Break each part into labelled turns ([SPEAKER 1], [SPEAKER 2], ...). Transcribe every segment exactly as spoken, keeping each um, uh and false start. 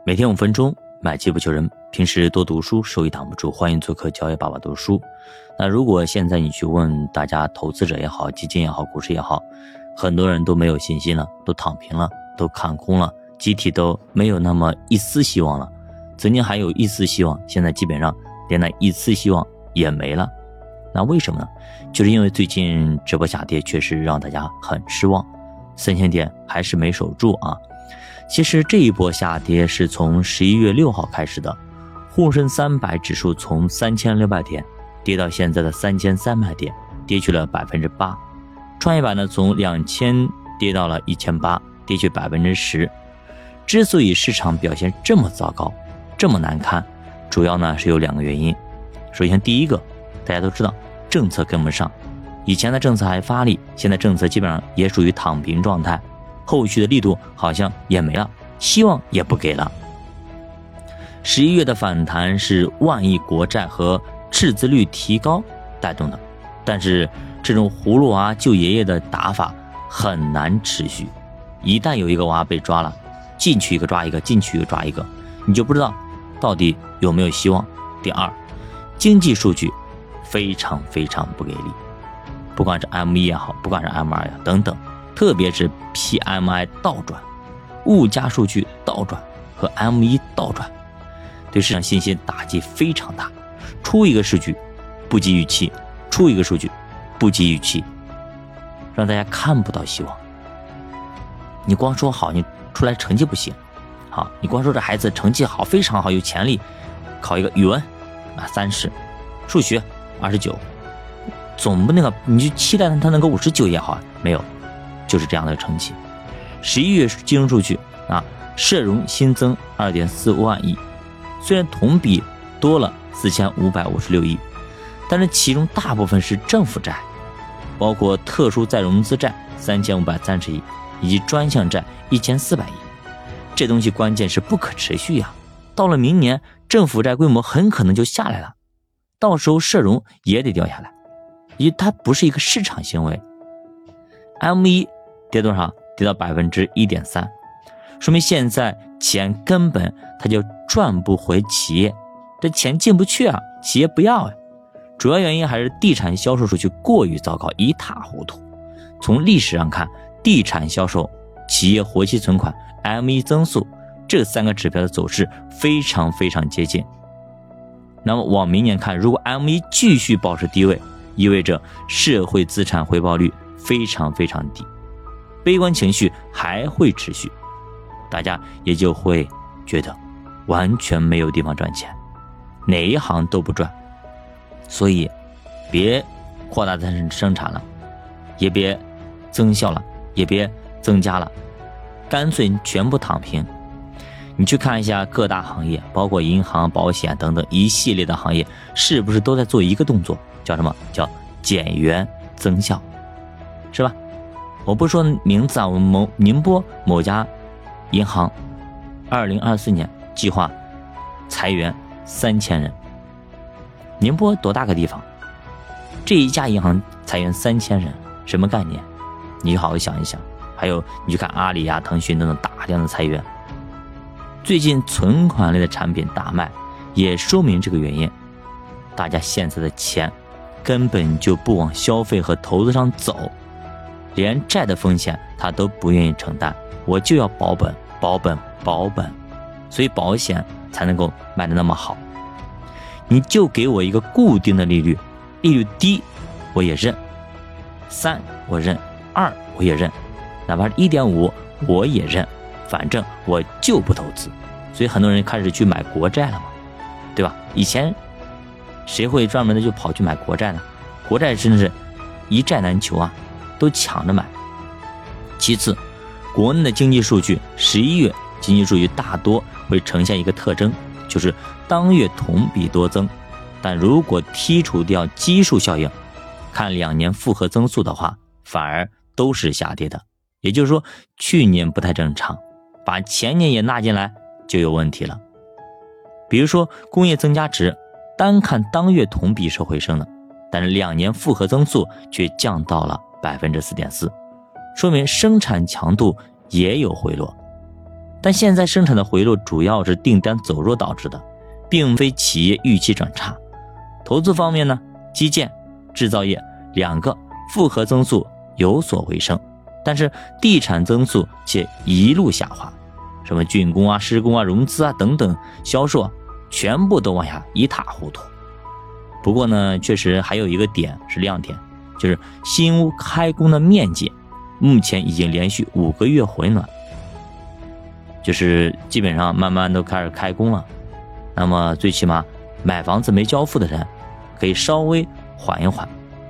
[SPEAKER 1] 每天五分钟，买机不求人。平时多读书，收益挡不住。欢迎做客教育爸爸读书。那如果现在你去问大家，投资者也好，基金也好，股市也好，很多人都没有信心了，都躺平了，都看空了，集体都没有那么一丝希望了。曾经还有一丝希望，现在基本上连那一丝希望也没了。那为什么呢？就是因为最近这波下跌确实让大家很失望，三千点还是没守住啊。其实这一波下跌是从十一月六号开始的，沪深三百指数从三千六百点跌到现在的三千三百点，跌去了百分之八。创业板呢从两千跌到了一千八，跌去百分之十。之所以市场表现这么糟糕，这么难看，主要呢是有两个原因。首先第一个，大家都知道政策跟不上，以前的政策还发力，现在政策基本上也属于躺平状态，后续的力度好像也没了，希望也不给了。十一月的反弹是万亿国债和赤字率提高带动的，但是这种葫芦娃救爷爷的打法很难持续，一旦有一个娃被抓了，进去一个抓一个，进去一个抓一个，你就不知道到底有没有希望。第二，经济数据非常非常不给力，不管是 M 一 也好，不管是 M 二 呀等等，特别是 P M I 倒转，物价数据倒转和 M 一 倒转，对市场信心打击非常大。出一个数据不及预期，出一个数据不及预期，让大家看不到希望。你光说好，你出来成绩不行，好，你光说这孩子成绩好，非常好，有潜力，考一个语文啊三十，数学二十九，总不那个你就期待他能够五十九也好啊，没有，就是这样的成绩。十一月金融数据啊，社融新增 二点四万亿，虽然同比多了四千五百五十六亿，但是其中大部分是政府债，包括特殊再融资债三千五百三十亿，以及专项债一千四百亿。这东西关键是不可持续呀，到了明年政府债规模很可能就下来了，到时候社融也得掉下来，因为它不是一个市场行为。 M 一 跌多少？跌到 百分之一点三， 说明现在钱根本它就赚不回企业，这钱进不去啊，企业不要啊。主要原因还是地产销售数据过于糟糕，一塌糊涂。从历史上看，地产销售、企业活期存款、M 一 增速这三个指标的走势非常非常接近。那么往明年看，如果 M 一 继续保持低位，意味着社会资产回报率非常非常低，悲观情绪还会持续，大家也就会觉得完全没有地方赚钱，哪一行都不赚。所以别扩大生产了，也别增效了，也别增加了，干脆全部躺平。你去看一下各大行业，包括银行、保险等等一系列的行业，是不是都在做一个动作，叫什么？叫减员增效，是吧？我不说名字啊，我们某宁波某家银行二零二四年计划裁员三千人。宁波多大个地方，这一家银行裁员三千人，什么概念？你好好想一想。还有你去看阿里啊、腾讯等等大量的裁员。最近存款类的产品大卖，也说明这个原因。大家现在的钱根本就不往消费和投资上走，连债的风险他都不愿意承担，我就要保本保本保本，所以保险才能够卖得那么好。你就给我一个固定的利率，利率低我也认，三我认，二我也认，哪怕是 一点五 我也认，反正我就不投资。所以很多人开始去买国债了嘛，对吧？以前谁会专门的就跑去买国债呢？国债真的是一债难求啊，都抢着买。其次，国内的经济数据，十一月经济数据大多会呈现一个特征，就是当月同比多增，但如果剔除掉基数效应，看两年复合增速的话，反而都是下跌的。也就是说，去年不太正常，把前年也纳进来就有问题了。比如说工业增加值，单看当月同比是回升的，但是两年复合增速却降到了 百分之四点四， 说明生产强度也有回落。 但现在生产的回落主要是订单走弱导致的，并非企业预期转差。投资方面呢，基建、制造业两个复合增速有所回升，但是地产增速却一路下滑，什么竣工啊、施工啊、融资啊等等销售啊，全部都往下一塌糊涂。不过呢，确实还有一个点是亮点，就是新屋开工的面积目前已经连续五个月回暖，就是基本上慢慢都开始开工了。那么最起码买房子没交付的人可以稍微缓一缓。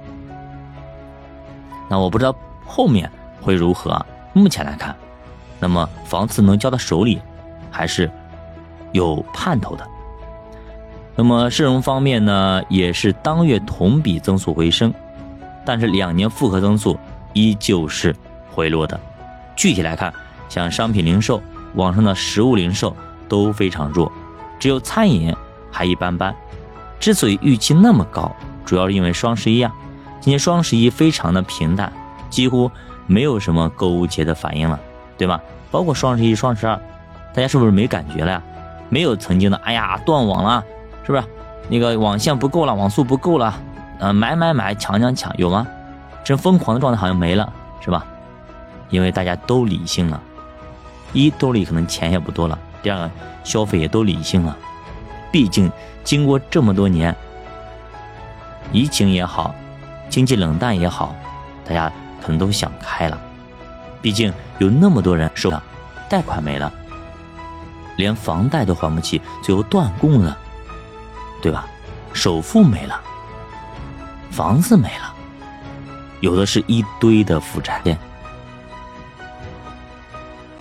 [SPEAKER 1] 那我不知道后面会如何啊，目前来看，那么房子能交到手里还是有盼头的。那么市容方面呢，也是当月同比增速回升，但是两年复合增速依旧是回落的。具体来看，像商品零售、网上的实物零售都非常弱，只有餐饮还一般般。之所以预期那么高，主要是因为双十一啊，今年双十一非常的平淡，几乎没有什么购物节的反应了，对吧？包括双十一、双十二，大家是不是没感觉了呀？没有曾经的哎呀断网了，是不是？那个网线不够了，网速不够了，呃，买买买，抢抢抢，有吗？这疯狂的状态好像没了，是吧？因为大家都理性了，一兜里可能钱也不多了，第二个消费也都理性了。毕竟经过这么多年，疫情也好，经济冷淡也好，大家可能都想开了。毕竟有那么多人受了，贷款没了，连房贷都还不起，最后断供了，对吧？首付没了，房子没了，有的是一堆的负债。